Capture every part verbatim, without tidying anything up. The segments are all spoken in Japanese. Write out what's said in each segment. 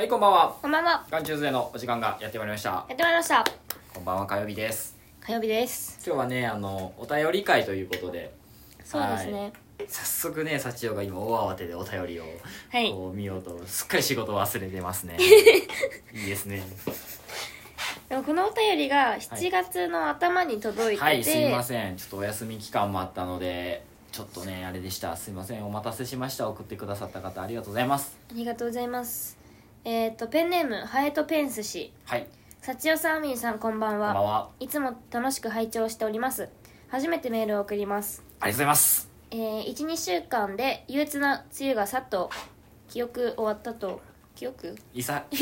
はい、こんばんは。 こんばんは。 ガンチューズデーのお時間がやってまいりました。 やってまいりました。 こんばんは、火曜日です。 火曜日です。 今日はね、あのお便り会ということで、 そうですね。 早速ね、幸代が今大慌てでお便りを、はい、こう見ようとすっかり仕事を忘れてますね。いいですね。 でもこのお便りがしちがつの頭に届いてて、はい、 はい、すいません。ちょっとお休み期間もあったので、ちょっとねあれでした。すいません。お待たせしました。送ってくださった方ありがとうございます。 ありがとうございます。えっ、ー、とペンネームハエトペンス氏。はい。幸代さん、アミンさん、こんばんは。 こんばんは。 いつも楽しく拝聴しております。初めてメールを送ります。 ありがとうございます。 えー、いち、にしゅうかんで憂鬱な梅雨がさっと記憶終わったと。記憶いさ、うん、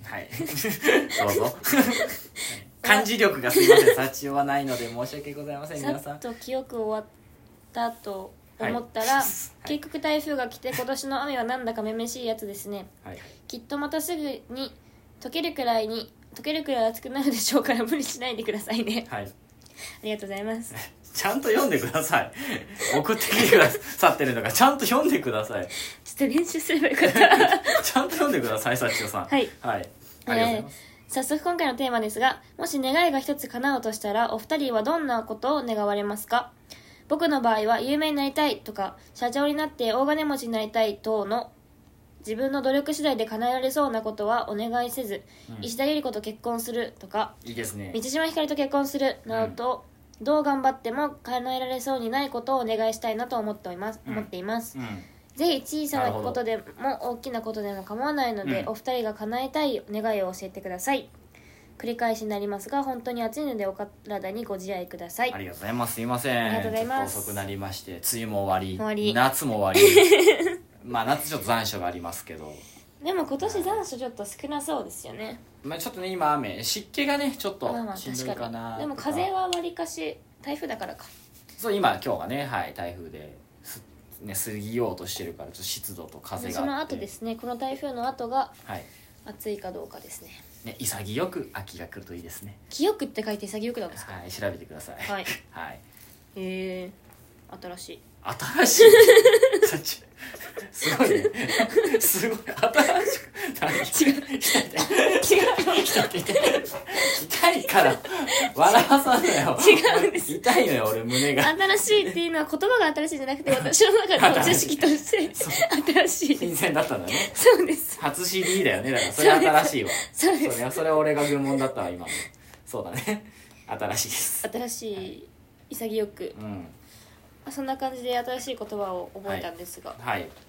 はいどうぞ漢字力がすいません。幸代はないので申し訳ございません。皆さんさっと記憶終わったと思ったら、はい、結局台風が来て今年の雨はなんだかめめしいやつですね、はい、きっとまたすぐに溶けるくらいに溶けるくらい暑くなるでしょうから無理しないでくださいね。はい、ありがとうございます。 ちゃんと読んでください。送ってきてくださってるのがちゃんと読んでください。 ちょっと練習すればよかったちゃんと読んでください、幸代さん。はい、はい、ありがとうございます。 えー、早速今回のテーマですが、もし願いが一つ叶うとしたらお二人はどんなことを願われますか？僕の場合は有名になりたいとか社長になって大金持ちになりたい等の自分の努力次第で叶えられそうなことはお願いせず、うん、石田ゆり子と結婚するとか、 いいですね、 満島ひかりと結婚するなどと、うん、どう頑張っても叶えられそうにないことをお願いしたいなと思っています、うん、思っています、うん、ぜひ小さなことでも大きなことでも構わないので、うん、お二人が叶えたい願いを教えてください。繰り返しになりますが本当に暑いのでお体にご自愛ください。 ありがとうございます。すいません。 ありがとうございます。 ちょっと遅くなりまして、梅雨も終わり、 終わり夏も終わりまあ夏ちょっと残暑がありますけど、 でも今年残暑ちょっと少なそうですよね。 まあちょっとね今雨湿気がねちょっとしんどいかな。 まあまあでも風はわりかし台風だからか。 そう今今日がねはい台風ですね過ぎようとしてるからちょっと湿度と風があって、 その後ですね、この台風の後が暑いかどうかですね。 ね、潔く秋が来るといいですね。 清くって書いて潔くなんですか？ はい、調べてください。はい、はい、 へえー、新しい新しいすごいねすごい新しく違う違う痛いから笑わさんのよ。 違うんです。 痛いのよ俺胸が。 新しいっていうのは言葉が新しいじゃなくて私の中での知識として新しい。 新鮮だったんだね。 そうです。 初 シーディー だよね。だからそれ新しいわ。 そうです。 それそれは俺が愚問だったわ今の。そうだね。新しいです。 新しい潔く。うん。そんな感じで新しい言葉を覚えたんですが、 はい、はい、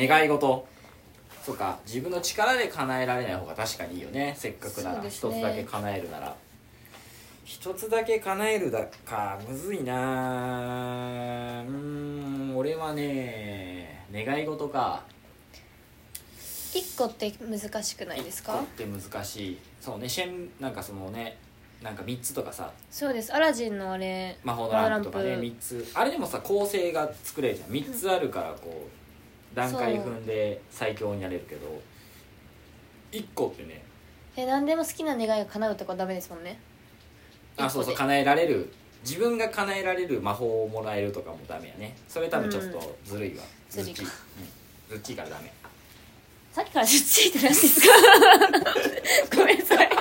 願い事、そうか自分の力で叶えられない方が確かにいいよね。せっかくなら一つだけ叶えるなら一つだけ叶えるだかむずいな。うーん俺はね願い事かいっこって難しくないですか？ いっこって難しい。そうね、シェンなんかそのねなんかみっつとかさ、 そうです、アラジンのあれ魔法のランプとかねみっつあれでもさ構成が作れるじゃん。みっつあるからこう段階踏んで最強になれるけどいっこってねえ何でも好きな願いが叶うとかダメですもんね。 あそうそう叶えられる自分が叶えられる魔法をもらえるとかもダメやね。それ多分ちょっとずるいわ、 うん、ずるいか、 うん、ずっちいからダメ。 さっきからずっちいって何ですかごめんなさい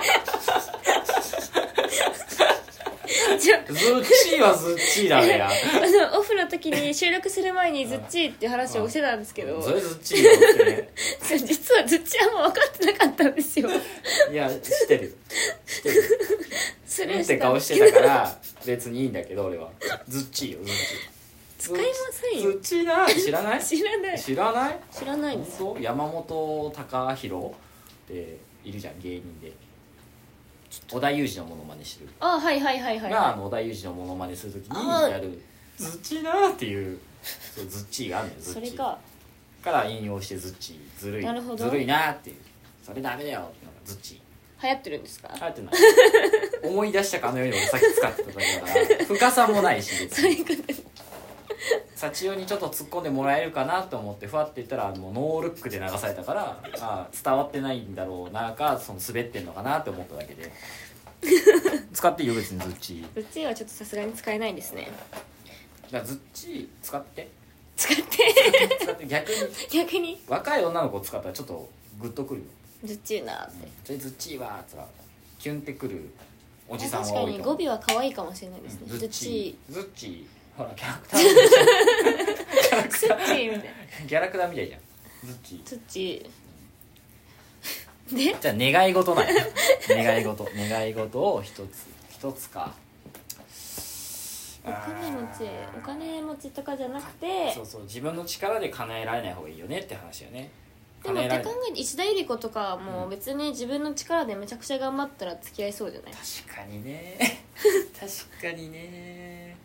ずっちーはずっちーだねやあのオフの時に収録する前にずっちーって話をしてたんですけど、 それずっちーよってね実はずっちーあんま分かってなかったんですよ。 いや知ってる知ってるスルーって顔してたから別にいいんだけど俺はずっちーよずっちー使いませんよ。 ずっちーな知らない知らない知らない知らないです。 山本隆弘っているじゃん芸人で織田裕二のモノマネしてる。 あはいはいはいはい、 があの織田裕二のモノマネするときにやるずっちーなっていうそうずっちーがあるのよ。ずっちーそれかから引用してずっちーずるいなるほどずるいなっていうそれダメだよっていうのがずっちー流行ってるんですか？ 流行ってない思い出したかのように俺さっき使ってただけだから深さもないし別に幸代にちょっと突っ込んでもらえるかなと思ってふわって言ったらもうノールックで流されたからあ伝わってないんだろうなかその滑ってんのかなって思っただけで使っていいよ別にずっちー。 ずっちーはちょっとさすがに使えないですね。 だからずっちー使って使って使って逆に逆に若い女の子使ったらちょっとグッとくるよ。 ずっちいなって、 それずっちいわーってキュンってくるおじさんは確か多いと思う。 に語尾は可愛いかもしれないですね、 うん、 ずっちいずっちいほらキャラクターキャラクタずっちいみたいなーキャラクターみたいじゃんずっちい。 ずっちいでじゃあ願い事ない願い事願い事を一つ一つか。 お金持ちお金持ちとかじゃなくて、 そうそう自分の力で叶えられない方がいいよねって話よね。 でもって考叶えられないえて石田ゆり子とかも別に自分の力でめちゃくちゃ頑張ったら付き合いそうじゃない？ 確かにね確かにね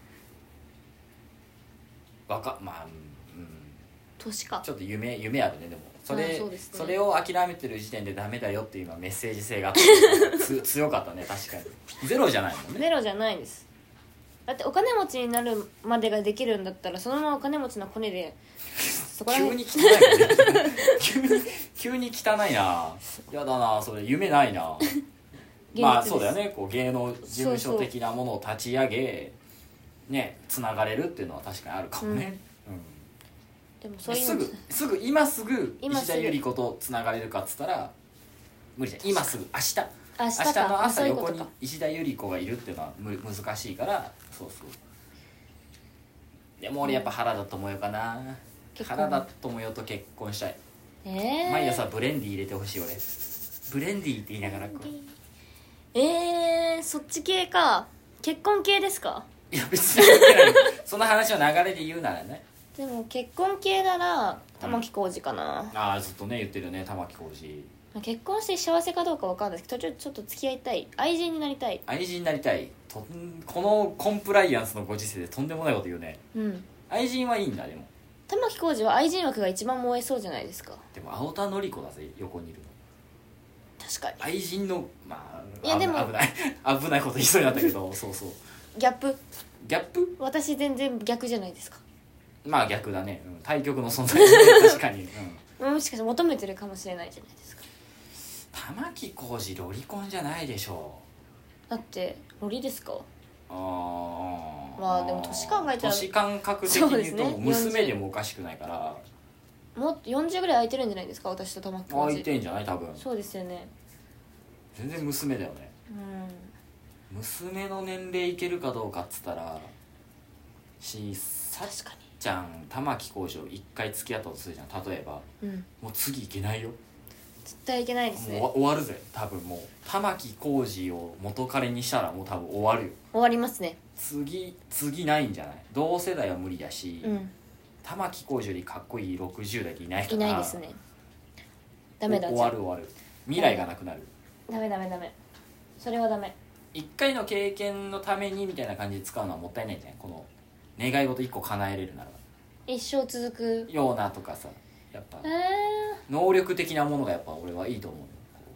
わかまあうん年かちょっと夢夢あるね。でもそれ、 あそうですね、 それを諦めてる時点でダメだよっていうのはメッセージ性があってつ強かったね。確かにゼロじゃないもんね。 ゼロじゃないです。だってお金持ちになるまでができるんだったらそのままお金持ちのコネでそこら急辺に汚いね急に急に汚いな。やだなそれ夢ないなまあそうだよね。こう芸能事務所的なものを立ち上げねつながれるっていうのは確かにあるかもね、うんでもそういうすのぐすぐ今すぐ今すぐ石田ゆり子とつながれるかっつったら無理じゃん。今すぐ明日明日か明日の朝横にそういうことか石田ゆり子がいるっていうのはむ難しいからそうそう。でも俺やっぱ原田知世かな。 結婚原田知世と結婚したい。 えー、 毎朝ブレンディー入れてほしい俺。ブレンディーって言いながらこうえー、そっち系か。結婚系ですか？ いや別にその話の流れで言うならね。 でも結婚系なら玉置浩二かな、 ああずっとね言ってるよね玉置浩二。 結婚して幸せかどうかわかんないですけど、ちょっとちょっと付き合いたい、愛人になりたい。 愛人になりたいとんこのコンプライアンスのご時世でとんでもないこと言うね。 うん愛人はいいんだ。でも玉置浩二は愛人枠が一番燃えそうじゃないですか。 でも青田典子だぜ横にいるの。 確かに愛人のまあいやでも危ない危ないこと言いそうになったけどそうそうギャップ。 ギャップ私全然逆じゃないですか。 まあ逆だね、うん、対極の存在だね確かに、うん、 もしかして求めてるかもしれないじゃないですか。 玉置浩二ロリコンじゃないでしょだってロリですか？ う。あまあでも年考えたら年感覚的に言うとそうですね娘でもおかしくないからもっとよんじゅうぐらい空いてるんじゃないですか、私と玉置浩二。 空いてんじゃない多分。 そうですよね。 全然娘だよね。 うん娘の年齢いけるかどうかっつったらしさっ確かちゃん玉置浩二を一回付き合ったとするじゃん例えば。 にうんもう次いけないよ。 絶対いけないですね。 もう終わるぜ多分。もう玉置浩二を元彼にしたらもう多分終わるよ。 終わりますね。 次次ないんじゃない。同世代は無理だし、 うん玉置浩二よりかっこいいろくじゅう代っていないからいないですね。ダメだ。 終わる終わる。未来がなくなる。 ダメダメダメ。それはダメ。 一回の経験のためにみたいな感じで使うのはもったいないんじゃない。この願い事一個叶えれるなら一生続く。 ようなとかさやっぱえー、 能力的なものがやっぱ俺はいいと思うよ。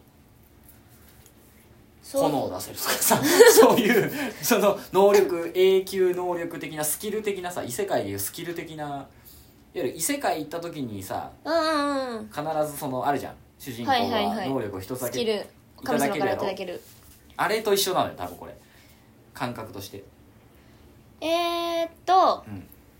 そう炎を出せるとかさそういうその能力永久能力的なスキル的なさ異世界でいうスキル的ないわゆる異世界行った時にさうんうんうん必ずそのあるじゃん主人公はいはいはいが能力を一つだけスキルいた神様からだけるやろいただける。 あれと一緒なのよ多分これ感覚として。 えー、っとうん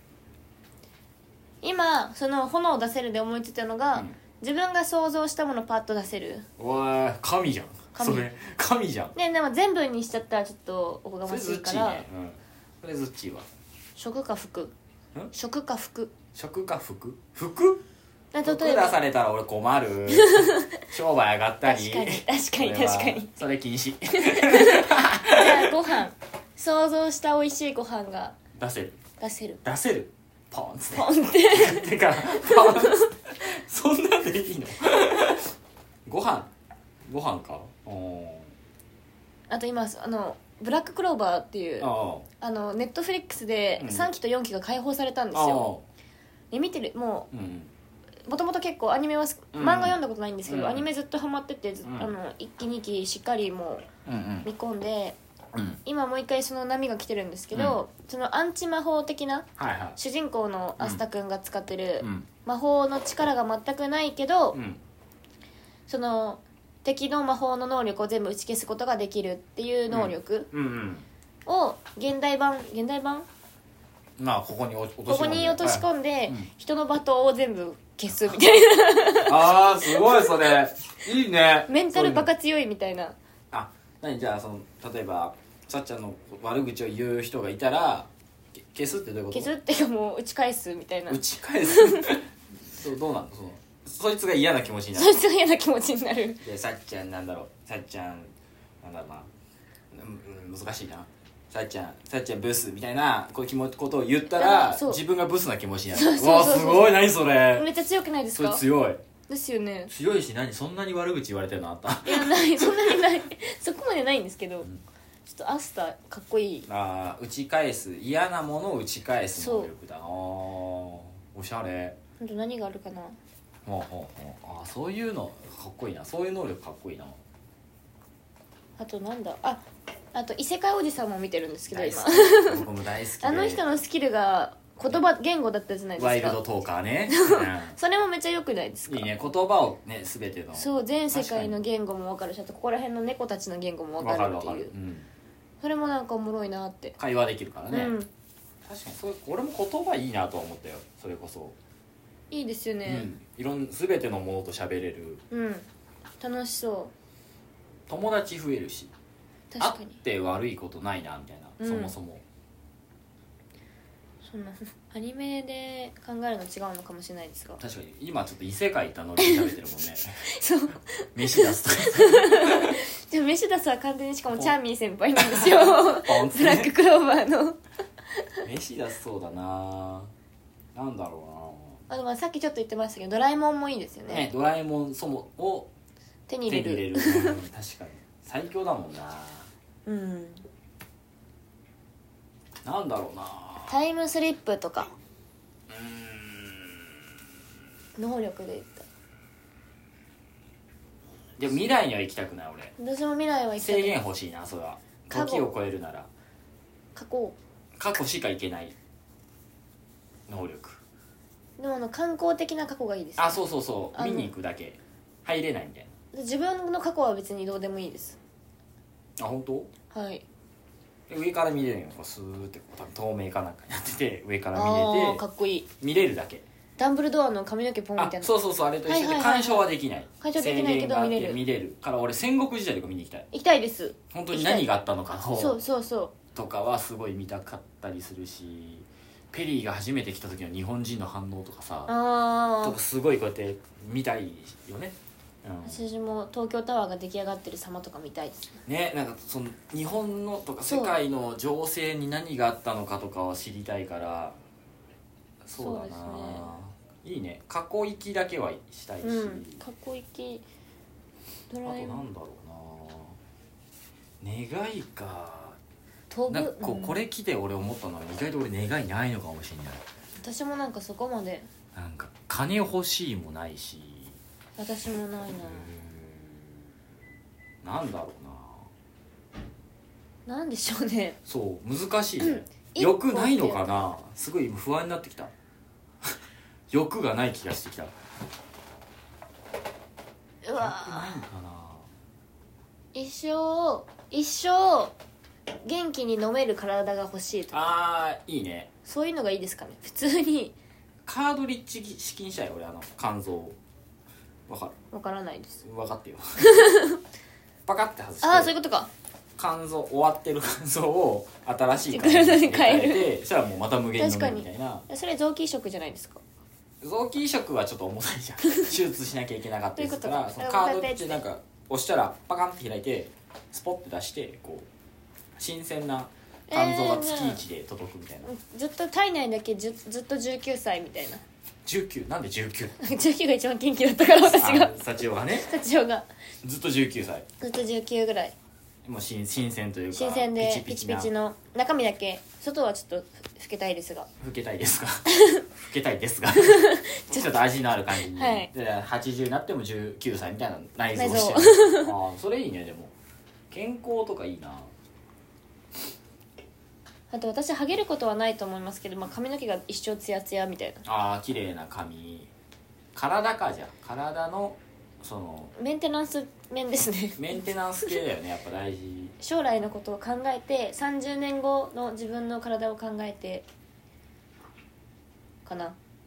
今その炎を出せるで思いついたのが、 うん自分が想像したものをパッと出せる。 おい神じゃん神それ神じゃん。 ね、でも全部にしちゃったらちょっとおこがそれましいから、 ずっちいね、うん、それずっちいわ。 食か服食か服食か服服例服出えばされたら俺困る商売上がったり確かに確かにそれは確かにそれ禁止じゃあご飯想像した美味しいご飯が出せる出せる。 出せるポンっつってポンっててかポンっつってそんなんでいいのご飯ご飯か。おあと今あのブラッククローバーっていうああのネットフリックスでうんさんきとよんきが解放されたんですあよ。で見てるもうんうもともと結構アニメはすうん漫画読んだことないんですけど、 うんアニメずっとハマっててずっうんあのいっきにきしっかりもうんうんう見込んでうん今もう一回その波が来てるんですけど、そのアンチ魔法的なはいはい主人公のアスタくんが使ってるうん魔法の力が全くないけど、 うんその敵の魔法の能力を全部打ち消すことができるっていう能力うんうんを現代版現代版まあここに落とし込んでここに落とし込んで、 うん人の罵倒を全部消すみたいなあーすごいそれいいね。 メンタルバカ強いみたいな。 あ、何じゃあその例えばさっちゃんの悪口を言う人がいたら消すってどういうこと？ 消すっていうかもう打ち返すみたいな。 打ち返すそうどうなのそのそいつが嫌な気持ちになる。 そいつが嫌な気持ちになる。 でさっちゃんなんだろうさっちゃんなんだろうな、うん、難しいな。さっちゃんさっちゃんブスみたいなこういう気持ちことを言ったら自分がブスな気持ちになる。 そうそうそうそうわあすごい何それ。 めっちゃ強くないですそれか？ 強いですよね。 強いし何そんなに悪口言われてるのあった？ いやないそんなにないそこまでないんですけど、うん、ちょっとアスターかっこいい。 あ打ち返す嫌なものを打ち返す能力だ。あおしゃれ。 あと何があるかな。 ほうほうほう。あそういうのかっこいいな。そういう能力かっこいいな。 あとなんだああと異世界おじさんも見てるんですけど今僕も大好きであの人のスキルが言葉言語だったじゃないですか。 ワイルドトーカーね、 うん、それもめっちゃ良くないですか？ いいね言葉をね全てのそう全世界の言語も分かるしあとここら辺の猫たちの言語も分かるっていう、うん、それもなんかおもろいなって会話できるからね、うん、確かにそれ俺も言葉いいなとは思ったよ。それこそいいですよね、 うん、いろん全てのものと喋れる。 うん楽しそう。 友達増えるし確かにあって悪いことないなみたいな、うん、そもそもそんなアニメで考えるの違うのかもしれないですが確かに今ちょっと異世界行ったノリで喋ってるもんねそう飯出すとかでも飯出すは完全にしかもチャーミー先輩なんですよブラッククローバーの飯出すそうだな。なんだろうなあとまあさっきちょっと言ってましたけどドラえもんもいいですよね。 ねドラえもんそもを手に入れる、 手に入れる、うん、確かに最強だもんな。 うんなんだろうなタイムスリップとかうーん能力で言ったでも未来には行きたくない俺。 私も未来は行きたくない。 制限欲しいなそれは。時を超えるなら過去過去しか行けない能力。 でもあの観光的な過去がいいです、ね、 あそうそうそう見に行くだけ入れないみたいな。 自分の過去は別にどうでもいいです。 あ本当？ はい上から見れるのよスーって多分透明かなんかになってて上から見れてかっこいい。 見れるだけ。 ダンブルドアの髪の毛ポンみたいな。 あそうそうそうあれと一緒で鑑賞はできない。 鑑賞できないけど見れる見れるから俺戦国時代とか見に行きたい。 行きたいです。 本当に何があったのかをそうそうそうとかはすごい見たかったりするしペリーが初めて来た時の日本人の反応とかさあとかすごいこうやって見たいよね。うん、 私も東京タワーが出来上がってる様とか見たいですね。なんかその日本のとか世界の情勢に何があったのかとかは知りたいからそうだな。そうですね、いいね過去行きだけはしたいし、うん、 過去行きドラえもんあとなんだろうな願いか飛ぶなんかこう、うん、これ来て俺思ったのは意外と俺願いないのかもしれない。 私もなんかそこまでなんか金欲しいもないし私もないな。なんだろうななんでしょうね。 そう難しいね、うん、欲ないのかなすごい不安になってきた欲がない気がしてきた。 うわ欲ないのかな。 一生一生元気に飲める体が欲しいとか。 あーいいね。 そういうのがいいですかね。普通にカードリッジ式にしたい俺あの肝臓わかる？ わからないです。 分かってよパカッて外してああそういうことか。 肝臓終わってる肝臓を新しい肝臓に変えてそしたらもうまた無限に飲めるみたいな。 それ臓器移植じゃないですか。 臓器移植はちょっと重たいじゃん手術しなきゃいけなかったりするからそのカードリッジなんか押したらパカンって開いてスポッて出してこう新鮮な肝臓が月いちで届くみたいな、 えー、ずっと体内だけずずっとじゅうきゅうさいみたいな。 じゅうきゅうなんでじゅうきゅうじゅうきゅうが一番元気だったから私が幸男がね幸男がずっとじゅうきゅうさいずっとじゅうきゅうぐらいもう新新鮮というか新鮮でピチピチピチピチの中身だけ外はちょっと老けたいですが老けたいですが老けたいですがちょっと味のある感じに、はい、ではちじゅうになってもじゅうきゅうさいみたいな内臓してるあそれいいね。でも健康とかいいな。 あと私ハゲることはないと思いますけど、まあ、髪の毛が一生ツヤツヤみたいな。 ああ綺麗な髪体かじゃ体のそのメンテナンス面ですねメンテナンス系だよねやっぱ大事将来のことを考えてさんじゅうねんごの自分の体を考えてかな。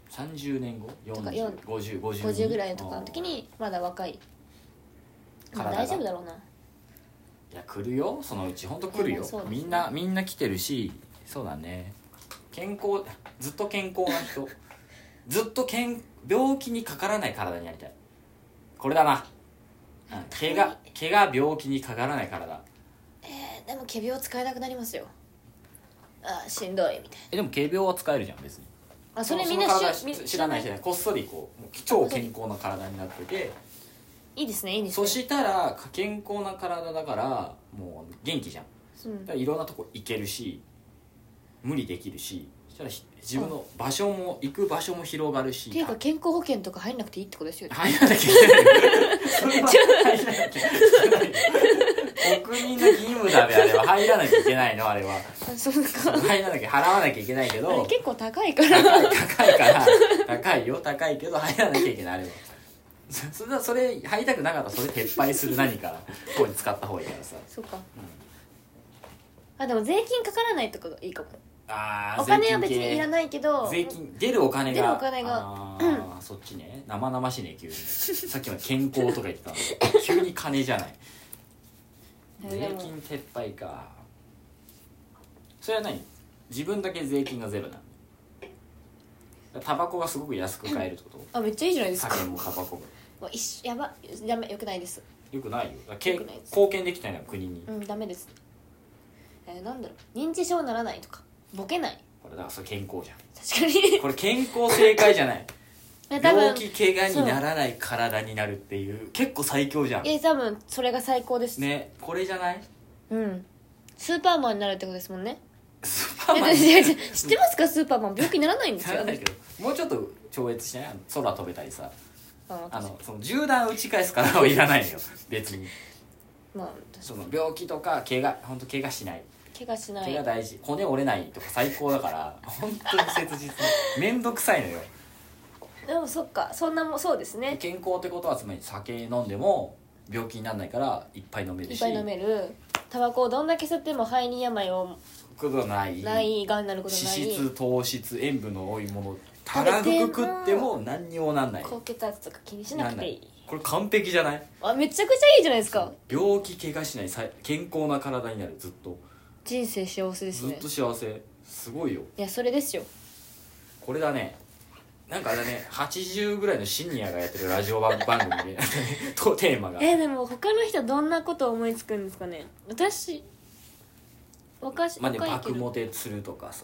さんじゅうねんごとかよんじゅうごじゅうごじゅうごじゅうぐらいとかの時にまだ若い、まあ、大丈夫だろうな。 いや来るよそのうち本当来るよ、 ね、 みんなみんな来てるし、そうだね、健康ずっと健康な人ずっと健病気にかからない体になりたい。これだな、うん、怪我怪我病気にかからない体。 えー、でも仮病使えなくなりますよ。あーしんどいみたいな。 えでも仮病は使えるじゃん別に。 あそれみんな知知らない人ね、こっそりこう超健康な体になってて、 いいですねいいですね。 そしたら健康な体だからもう元気じゃん、 うん、 だからいろんなとこ行けるし無理できるし、そしたら自分の場所も行く場所も広がるし。 っていうか健康保険とか入んなくていいってことですよね。 入らなきゃいけないそれは入らなきゃいけない国民の義務だべ、あれは入らなきゃいけないの、あれは。 あそうか。 入らなきゃ払わなきゃいけないけど、 結構高いから高い高いから高いよ高いけど入らなきゃいけないあれは。それはそれ入りたくなかったらそれ撤廃する何かここに使った方がいいからさ。 そうか、うん、あでも税金かからないとかがいいかも。 あお金は別にいらないけど税金出るお金が出るお金があ、うん、そっちね生々しいね急にさっきまで健康とか言ってたの急に金じゃない税金撤廃か。それは何自分だけ税金がゼロなの？タバコがすごく安く買えるってこと？ あめっちゃいいじゃないですか。 酒もタバコもわ一緒やばダメよくないです。 よくないよ。だけよくないです貢献できないのは国に。 うんダメです。えー、なんだろう認知症ならないとかボケない。 これだからそれ健康じゃん。 確かにこれ健康正解じゃない多分病気怪我にならない体になるっていう結構最強じゃん。 え多分それが最高ですねこれじゃない？ うんスーパーマンになるってことですもんね。 スーパーマンえ知ってますか？スーパーマン病気にならないんですよ。 ならないけどもうちょっと超越しない？空飛べたりさああのその銃弾打ち返すからはいらないのよ別に。 まあその病気とか怪我本当怪我しない怪我しない怪我大事骨折れないとか最高だから本当に切実めんどくさいのよ。 でもそっかそんなもそうですね。 健康ってことはつまり酒飲んでも病気にならないからいっぱい飲めるしいっぱい飲める。タバコをどんだけ吸っても肺に病をことないないがんになることない。 脂質糖質塩分の多いものたらふく食っても何にもなんない。 高血圧とか気にしなくていい。 これ完璧じゃない？ あめちゃくちゃいいじゃないですか。 病気怪我しないさ健康な体になるずっと人生幸せですね。 ずっと幸せすごいよ。 いやそれですよ。 これだねなんかあれだねはちじゅうぐらいのシニアがやってるラジオ番組でとテーマがえでも他の人どんなこと思いつくんですかね。私若しまあね若いけど爆モテするとかさ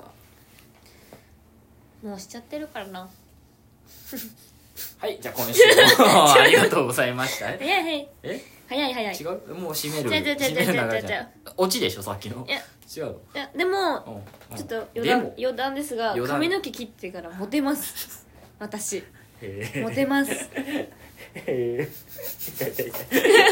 もうしちゃってるからな。 はいじゃあ今週もありがとうございました。 早い早いえ早い早い。 違うもう締める違う違う違う締める流れ違う違うじゃん。オチでしょさっきの。 いや違うの。 いやでもうんちょっと余でも談余談ですが余談髪の毛切ってからモテます私へーモテます。 へえ痛い痛い痛い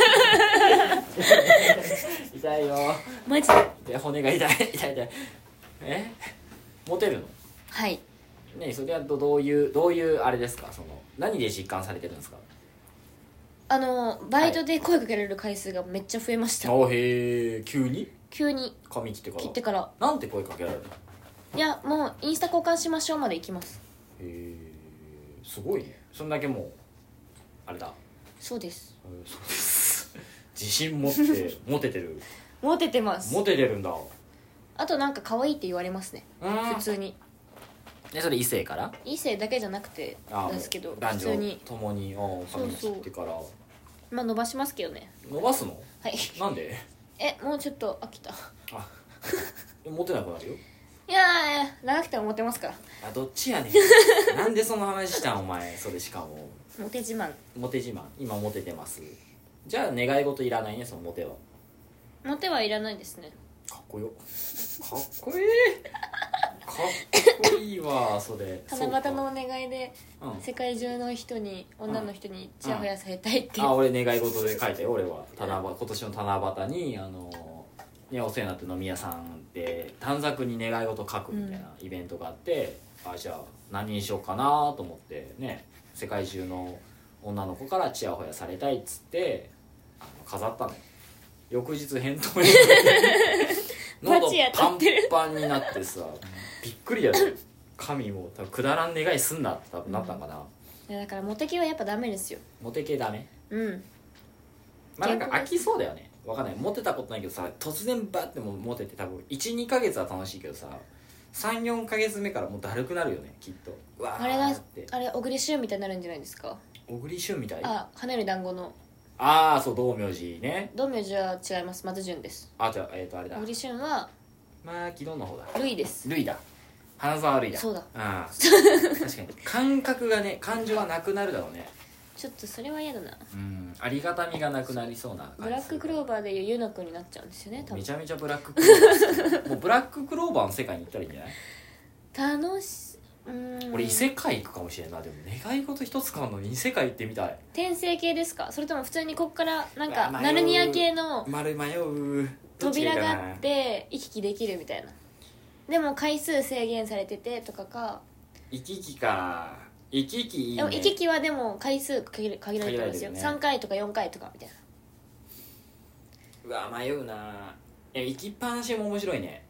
痛いよマジでで骨が痛い痛い痛いえモテるのはい。 ねそれはどどういうどういうあれですかその何で実感されてるんですか。 あのバイトで声かけられる回数がめっちゃ増えました、 あへえ急に急に髪切ってから切ってから。 なんて声かけられるの。 いやもうインスタ交換しましょうまで行きます。 へえすごいねそんだけもうあれだ。 そうです。 うんそうです自信持ってモテてるモテてますモテてるんだ。 あとなんか可愛いって言われますねうん普通に。 でそれ異性から異性だけじゃなくてあですけどもう男女普通にともにお髪切ってからまあ伸ばしますけどね。 伸ばすのはいなんでえもうちょっと飽きた。 あモテなくなるよ。 いやいや長くてもモテますからあどっちやねんなんでその話したんお前それしかもモテ自慢。 モテ自慢今モテてます。じゃあ願い事いらないねそのモテは。 モテはいらないですね。 かっこよかっこいいかっこいいわそれ。 七夕のお願いでそうかうん世界中の人に女の人にチヤホヤされたいっていう、 あ俺願い事で書いたよ俺は七夕今年の七夕にあの、ね、お世話になってる飲み屋さんで短冊に願い事書くみたいなイベントがあって、うん、あじゃあ何にしようかなと思ってね世界中の女の子からチヤホヤされたいっつってあの飾ったのよ。翌日返答に喉バチ当たパンってるパンになってさびっくりだよね神も多分くだらん願いすんなって多分なったんかな、 いやだからモテ系はやっぱダメですよ。 モテ系ダメ。 うんまあなんか飽きそうだよね。わかんない、モテたことないけどさ、突然バッてもモテて多分 いちにかげつは楽しいけどさ、さんよんかげつめからもうだるくなるよねきっと。うわあれがーってあれ小栗旬みたいになるんじゃないですか。 小栗旬みたい。 あ跳ねる団子のああそう道明寺ね。 道明寺は違います。松潤です。 あじゃあえっ、ー、とあれだ小栗旬はまあ昨日の方だ。 ルイです。 ルイだ。花沢ルイだ。 そうだ。 あ確かに感覚がね、感情はなくなるだろうね。 ちょっとそれは嫌だな。 うんありがたみがなくなりそうな感じ。 ブラッククローバーでいうユノ君になっちゃうんですよね多分。 めちゃめちゃブラッククローバー好きもうブラッククローバーの世界に行ったらいいんじゃない。 楽しうーん俺異世界行くかもしれんな。でも願い事一つ買うのに異世界行ってみたい。 転生系ですか、それとも普通にこっからなんかうわ迷うナルニア系の丸迷う。どっち扉いいかながあって行き来できるみたいな。でも回数制限されててとかか。 行き来か。行き来いいね。 でも行き来はでも回数限ら限られてるんですよ、 限られてるねさんかいとかよんかいとかみたいな。 うわ迷うな。え行きっぱなしも面白いね。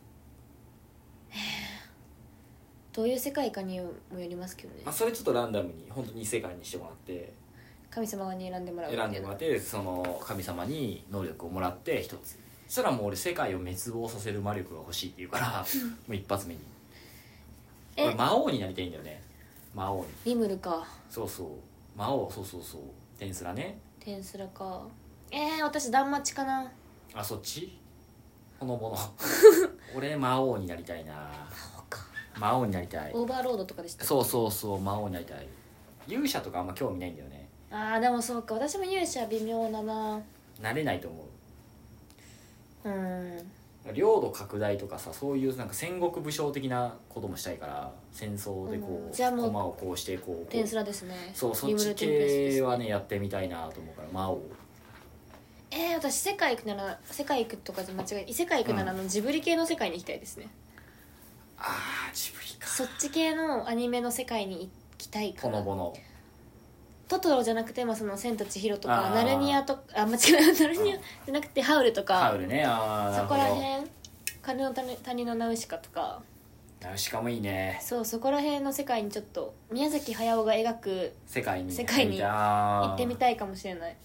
どういう世界かにもよりますけどね。 あそれちょっとランダムに本当に異世界にしてもらって神様に選んでもらうみたいな。 選んでもらってその神様に能力をもらって一つ。そしたらもう俺世界を滅亡させる魔力が欲しいって言うからもう一発目にえ俺魔王になりたいんだよね。魔王に。 リムルかそうそう魔王。そうそうそうテンスラね。 テンスラか。えー、私ダンマチかな。 あそっちほのぼの俺魔王になりたいな。魔王になりたい。 オーバーロードとかでした。 そうそうそう魔王になりたい。勇者とかあんま興味ないんだよね。 あーでもそうか、私も勇者微妙だな。 なれないと思う。 うん領土拡大とかさ、そういうなんか戦国武将的なこともしたいから、戦争でこう、 うんじゃあもう駒をこうしてこうこうテンスラですね。 そうそっリムルちテンペストです系はねやってみたいなと思うから魔王。 えー、私世界行くなら世界行くとかじゃ間違い異世界行くならあのジブリ系の世界に行きたいですね。 あージブリか。 そっち系のアニメの世界に行きたいかな。 ほのぼのトトロじゃなくて、まあ、その千と千尋とかあーナルニアとかあ間違えナルニアじゃなくてハウルとかハウルね。あーなそこるほど。 ら辺金の谷谷のナウシカとかナウシカもいいね。 そうそこら辺の世界にちょっと宮崎駿が描く世界に世界に行行ってみたいかもしれない。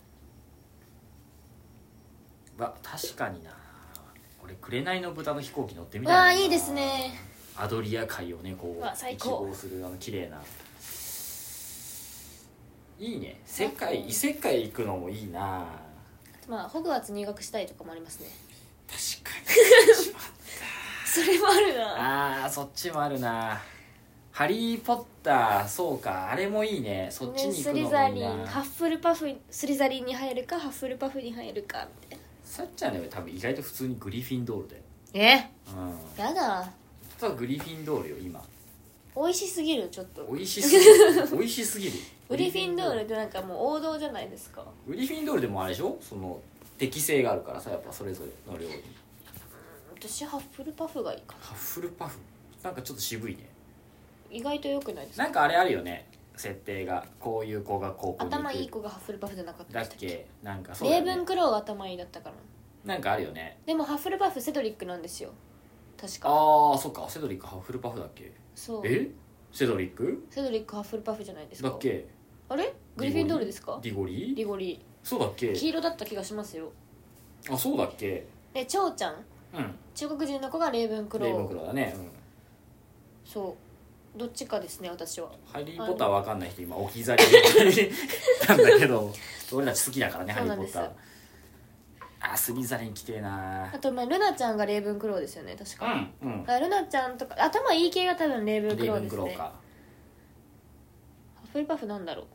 わ確かにな。俺紅の豚の飛行機乗ってみたいな。 わあいいですね。 アドリア海をねこうわ最高一望するあの綺麗な。いいね。世界異世界行くのもいいな。 まあホグワーツ入学したいとかもありますね。 確かにしまっそれもあるな。 たあーそっちもあるな。ハリー・ポッターそうかあれもいいね。そっちに行スくのリザリもいいな。 ンハッフルパフスリザリンに入るかハッフルパフに入るかみたいな。 さっちゃんね多分意外と普通にグリフィンドールだよ。 えうんやだただグリフィンドールよ今。 美味しすぎるちょっと。 美味しすぎる美味しすぎる。 グリフィンドールってなんかもう王道じゃないですか。 グリフィンドールでもあれでしょその適性があるからさやっぱそれぞれの料理。 私ハッフルパフがいいかな。 ハッフルパフなんかちょっと渋いね。 意外と良くないですか。 なんかあれあるよね設定がこういう子が高校に行く頭いい子がハッフルパフじゃなかっただっでしたっけ。 け。なんかそうだレよねーブンクローが頭いいだったから。 なんかあるよね。 でもハッフルパフセドリックなんですよ確か。 ああそっかセドリックハッフルパフだっけ。 そうえセドリックセドリックハッフルパフじゃないですか。 だっけ。 あれグリフィンドールですか。 ディゴリリゴリそうだっけ。 黄色だった気がしますよ。 あそうだっけ。 でチョウちゃんうん中国人の子がレーブンクロー。 レイブンクローだね。うんそうどっちかですね私は。 ハリー・ポッターわかんない人今置き去りになんだけど俺たち好きだからねハリー・ポッター。あスリザリンきてえな。 あとまあルナちゃんがレーブンクローですよね確か。 うんうんあルナちゃんとか頭いい系が多分レーブンクレイブローですね。 ンクローか。 ハッフルパフなんだろう。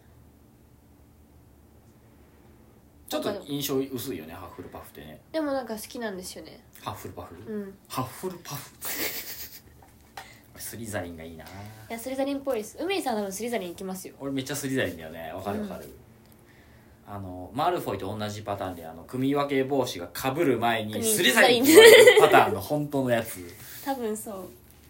ちょっと印象薄いよねハッフルパフってね。 でもなんか好きなんですよね。 ハッフルパフ、 うんハッフルパフスリザリンがいいな。 いやスリザリンっぽいです。海さん多分スリザリン行きますよ。 俺めっちゃスリザリンだよね。わかるわかる、うん、あのマルフォイと同じパターンであの組み分け帽子がかぶる前にスリザリンって言われるパターンの本当のやつ多分そう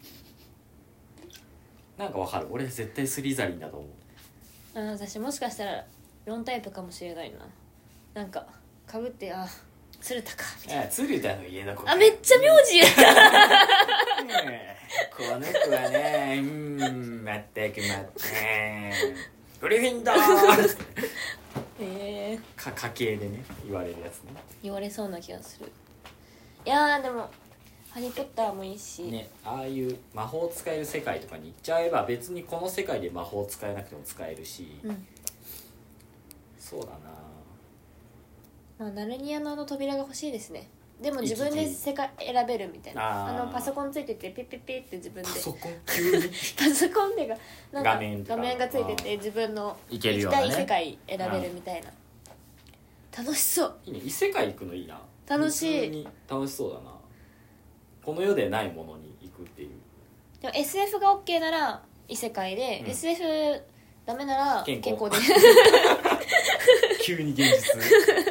なんかわかる。俺絶対スリザリンだと思う。 あ私もしかしたらロンタイプかもしれないな。なんかかぶってあ鶴田かみたいな。 え鶴田の家の子あめっちゃ名字やったねえこの子はね、うーん、まったくまったねグリフィンドールえー、 か家系でね言われるやつね。 言われそうな気がする。いやーでもハリーポッターもいいしね、ああいう魔法使える世界とかに行っちゃえば別にこの世界で魔法使えなくても使えるし、 うん、 そうだな。 まあナルニアのあの扉が欲しいですね。でも自分で世界選べるみたいな。あのパソコンついててピッピッピッって自分でパソコン急にパソコンっていうかなんか画面とか画面がついてて自分の行ける行ようなねきたい世界選べるみたいな。楽しそう。 いいね、異世界行くのいいな。 楽しい。 普通に楽しそうだな。この世でないものに行くっていう。 でも エスエフ が OK なら異世界で、うん、エスエフ ダメなら健康で急に現実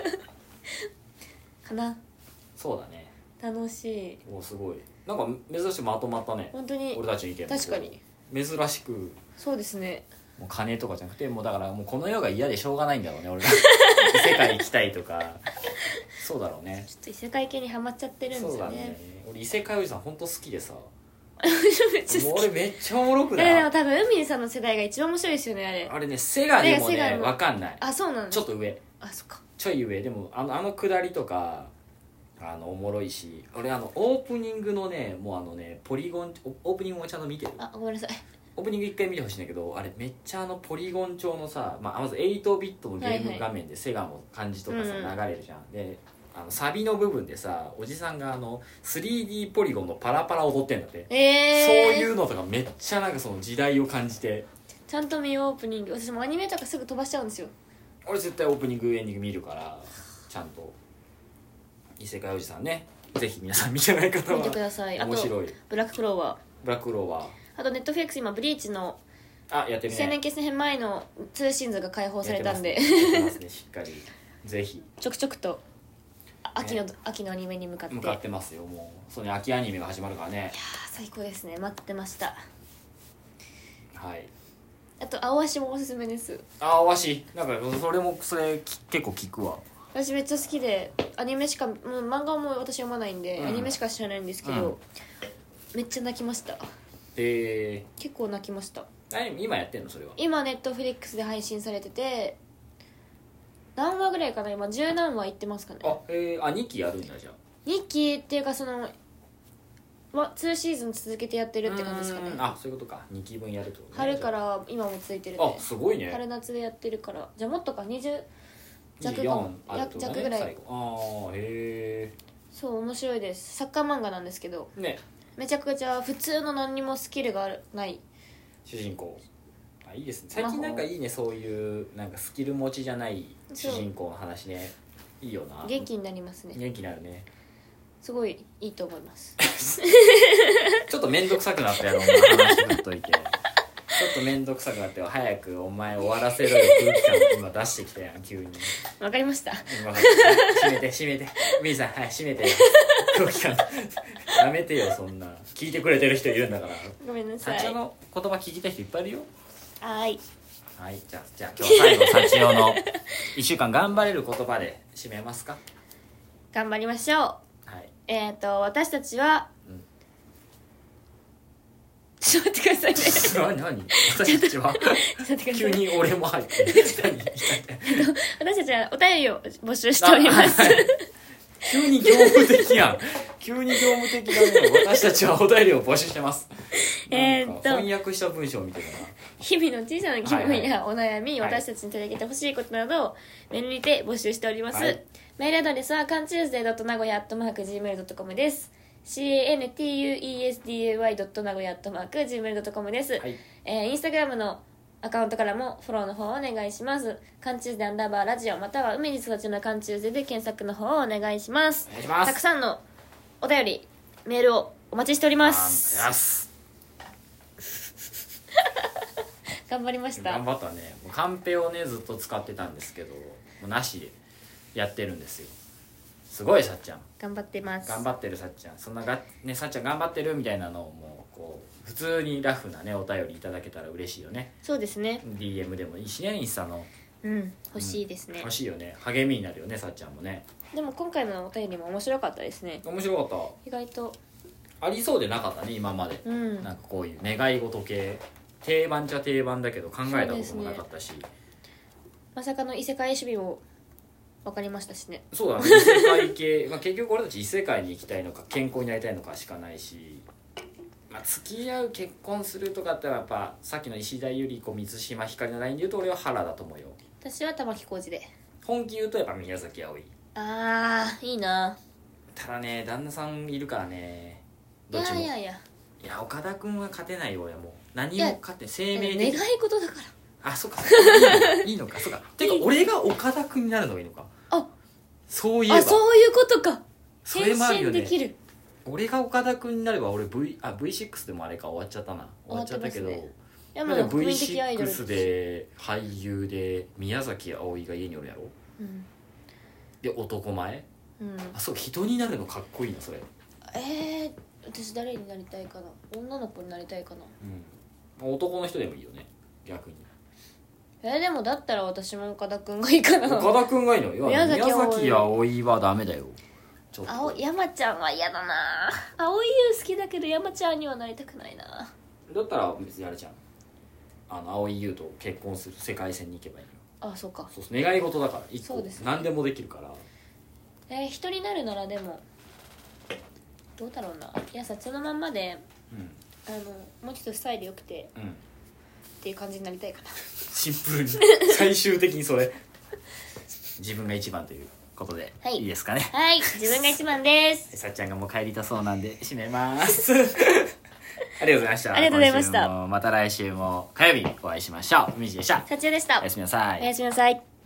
かな。 そうだね、 楽しい。 おすごい、なんか珍しくまとまったね。 本当に俺たちの意見確かに珍しく。 そうですね。 もう金とかじゃなくて、もうだからもうこの世が嫌でしょうがないんだろうね俺ら異世界行きたいとかそうだろうね。 ちょっと異世界系にハマっちゃってるんですよね。そうだね。 俺異世界おじさん本当好きでさめっちゃ好き。 俺めっちゃおもろくない？ えー、でも多分海さんの世代が一番面白いですよねあれ。 あれね、セガでもね分かんない。 あ、そうなんだ。 ちょっと上。 あ、そっか。 ちょい上でもあのあの下りとかあのおもろいし、俺あのオープニングのね、もうあのねポリゴンオープニングもちゃんと見てる。 あ、ごめんなさい。 オープニング一回見てほしいんだけど、あれめっちゃあのポリゴン調のさ、まあ、まずエイトビットのゲーム画面でセガの感じとかさ、 はいはい、 流れるじゃん。であのサビの部分でさ、おじさんがあの スリーディー ポリゴンのパラパラ踊ってんだって、 えー、 そういうのとかめっちゃなんかその時代を感じて。 ちゃんと見ようオープニング。私もアニメとかすぐ飛ばしちゃうんですよ。 俺絶対オープニングエンディング見るからちゃんと。異世界おじさんね、ぜひ皆さん見てない方は見てください。 面白い。 あとブラッククローバーブラッククローバー、 あとネットフリックス今ブリーチのあやってるね、 青年決戦編前の通信図が解放されたんでやってますねしっかりぜひちょくちょくと秋の、ね、秋のアニメに向かって向かってますよ。もうその秋アニメが始まるからね。いや最高ですね。待ってました。 はい。 あと青足もおすすめです。 青足なんかそれもそれ結構聞くわ。 私めっちゃ好きで、アニメしかもう漫画も私読まないんで、うん、アニメしか知らないんですけど、うん、めっちゃ泣きました。 えー、 結構泣きました。 今やってんのそれは？ 今ネットフリックスで配信されてて、何話ぐらいかな、今十何話いってますかね。 あ、えー、あにきやるんだ。じゃあにきっていうかそのま、にシーズン続けてやってるって感じですかね。 あ、そういうことか。にきぶんやるってことね。 春から今もついてるんで。 あ、すごいね。 春夏でやってるから、じゃあもっとかにじゅう弱かも、ね、弱ぐらい。 ああ、へえ。 そう面白いです。サッカー漫画なんですけど、ね、めちゃくちゃ普通の何にもスキルがあるない主人公。あ、いいですね。最近なんかいいね、そういうなんかスキル持ちじゃない主人公の話ね。いいよな。 元気になりますね。 元気になるね。 すごいいいと思いますちょっと面倒くさくなったやろうな、話振っといて。ちょっと面倒くさくなって早くお前終わらせろよ空気感今出してきたやん急に。 わかりました。 分かった。閉めて閉めてミーさん、はい閉めてよ空気感やめてよ。そんな聞いてくれてる人いるんだから。 ごめんなさい。 幸代の言葉聞きたい人いっぱいいるよ。 はいはいじゃあじゃあ今日最後幸代のいっしゅうかん頑張れる言葉で締めますか。 頑張りましょう。はい、えっ、ー、と私たちは、うん、ちょっと待ってくださいね。 何何私たちは急に俺も入って私たちはお便りを募集しております、はいはい、 急に業務的やん。急に業務的だね。私たちはお便りを募集してます。えーっと翻訳した文章を見てたな。 日々の小さな疑問やお悩み、はいはい、私たちに届けてほしいことなどをメールにて募集しております、はい、メールアドレスはカンチューズデー .名古屋 アットマーク ジーメール ドットコム です。 カンチューズデー ドット名古屋 アットマーク ジーメール ドットコム です、はい。えー、インスタグラムのアカウントからもフォローの方をお願いします。カンチューズデーアンダーバーラジオまたは海に育ちのカンチューズデーで検索の方をお願いします。 お願いします。 たくさんのお便りメールをお待ちしております。頑張りました。 頑張ったね。もうカンペをねずっと使ってたんですけどもうなしでやってるんですよ。すごいさっちゃん頑張ってます。 頑張ってるさっちゃん。そんなが、ね、さっちゃん頑張ってるみたいなのをもうこう普通にラフなねお便りいただけたら嬉しいよね。 そうですね。 ディーエム でもいいしね、インスタの。 うん欲しいですね、うん、 欲しいよね。励みになるよねさっちゃんもね。 でも今回のお便りも面白かったですね。 面白かった。 意外とありそうでなかったね今まで、 うん、 なんかこういう願い事系定番っちゃ定番だけど考えたこともなかったし、ね、 まさかの異世界守備も分かりましたしね。 そうだね異世界系、まあ、結局俺たち異世界に行きたいのか健康になりたいのかしかないし、まあ、付き合う結婚するとかってやっぱさっきの石田ゆり子満島ひかりのラインで言うと俺は原だと思うよ。 私は玉置浩二で、 本気言うとやっぱ宮崎あおい。 あーいいな。 ただね旦那さんいるからねいやいやいやいや岡田君は勝てないよ俺はもう何も勝って生命願い的事だから。 あそっかいいのかそうかてか俺が岡田君になるのがいいのか。 あそういえばあそういうことか。 それもあるよね。 変身できる。 俺が岡田君になれば俺 V あ ブイシックス でもあれか終わっちゃったな終わっちゃったけど、 終わってますね。いやもう国民的アイドルブイシックス で俳優で宮崎あおいが家におるやろ、 うん、 で男前、 うん、 あそう人になるのかっこいいなそれ。 えー、私誰になりたいかな。女の子になりたいかな、 うん、男の人でもいいよね逆に。 えー、でもだったら私も岡田君がいいかな。 岡田君がいいのよ。 宮崎あおい宮崎あおいはダメだよ。ちょっとあお山ちゃんは嫌だな。青い優好きだけど山ちゃんにはなりたくないな。 だったら別にあれじゃん、あの青井優と結婚する世界線に行けばいいのよ。 あそうか。 そうそう願い事だから一個、 そうですね、 何でもできるから。 えー、人になるならでもどうだろうな。いやさそのまんまで、 うん、 あのもうちょっとスタイル良くて、 うん、 っていう感じになりたいかな。 シンプルに最終的にそれ自分が一番ということで、はい、いいですかね。 はい自分が一番です。 さっちゃんがもう帰りたそうなんで締めますありがとうございました。 ありがとうございました。 また来週も火曜日にお会いしましょう。みじでした。 さちよでした。 おやすみなさい。 おやすみなさい。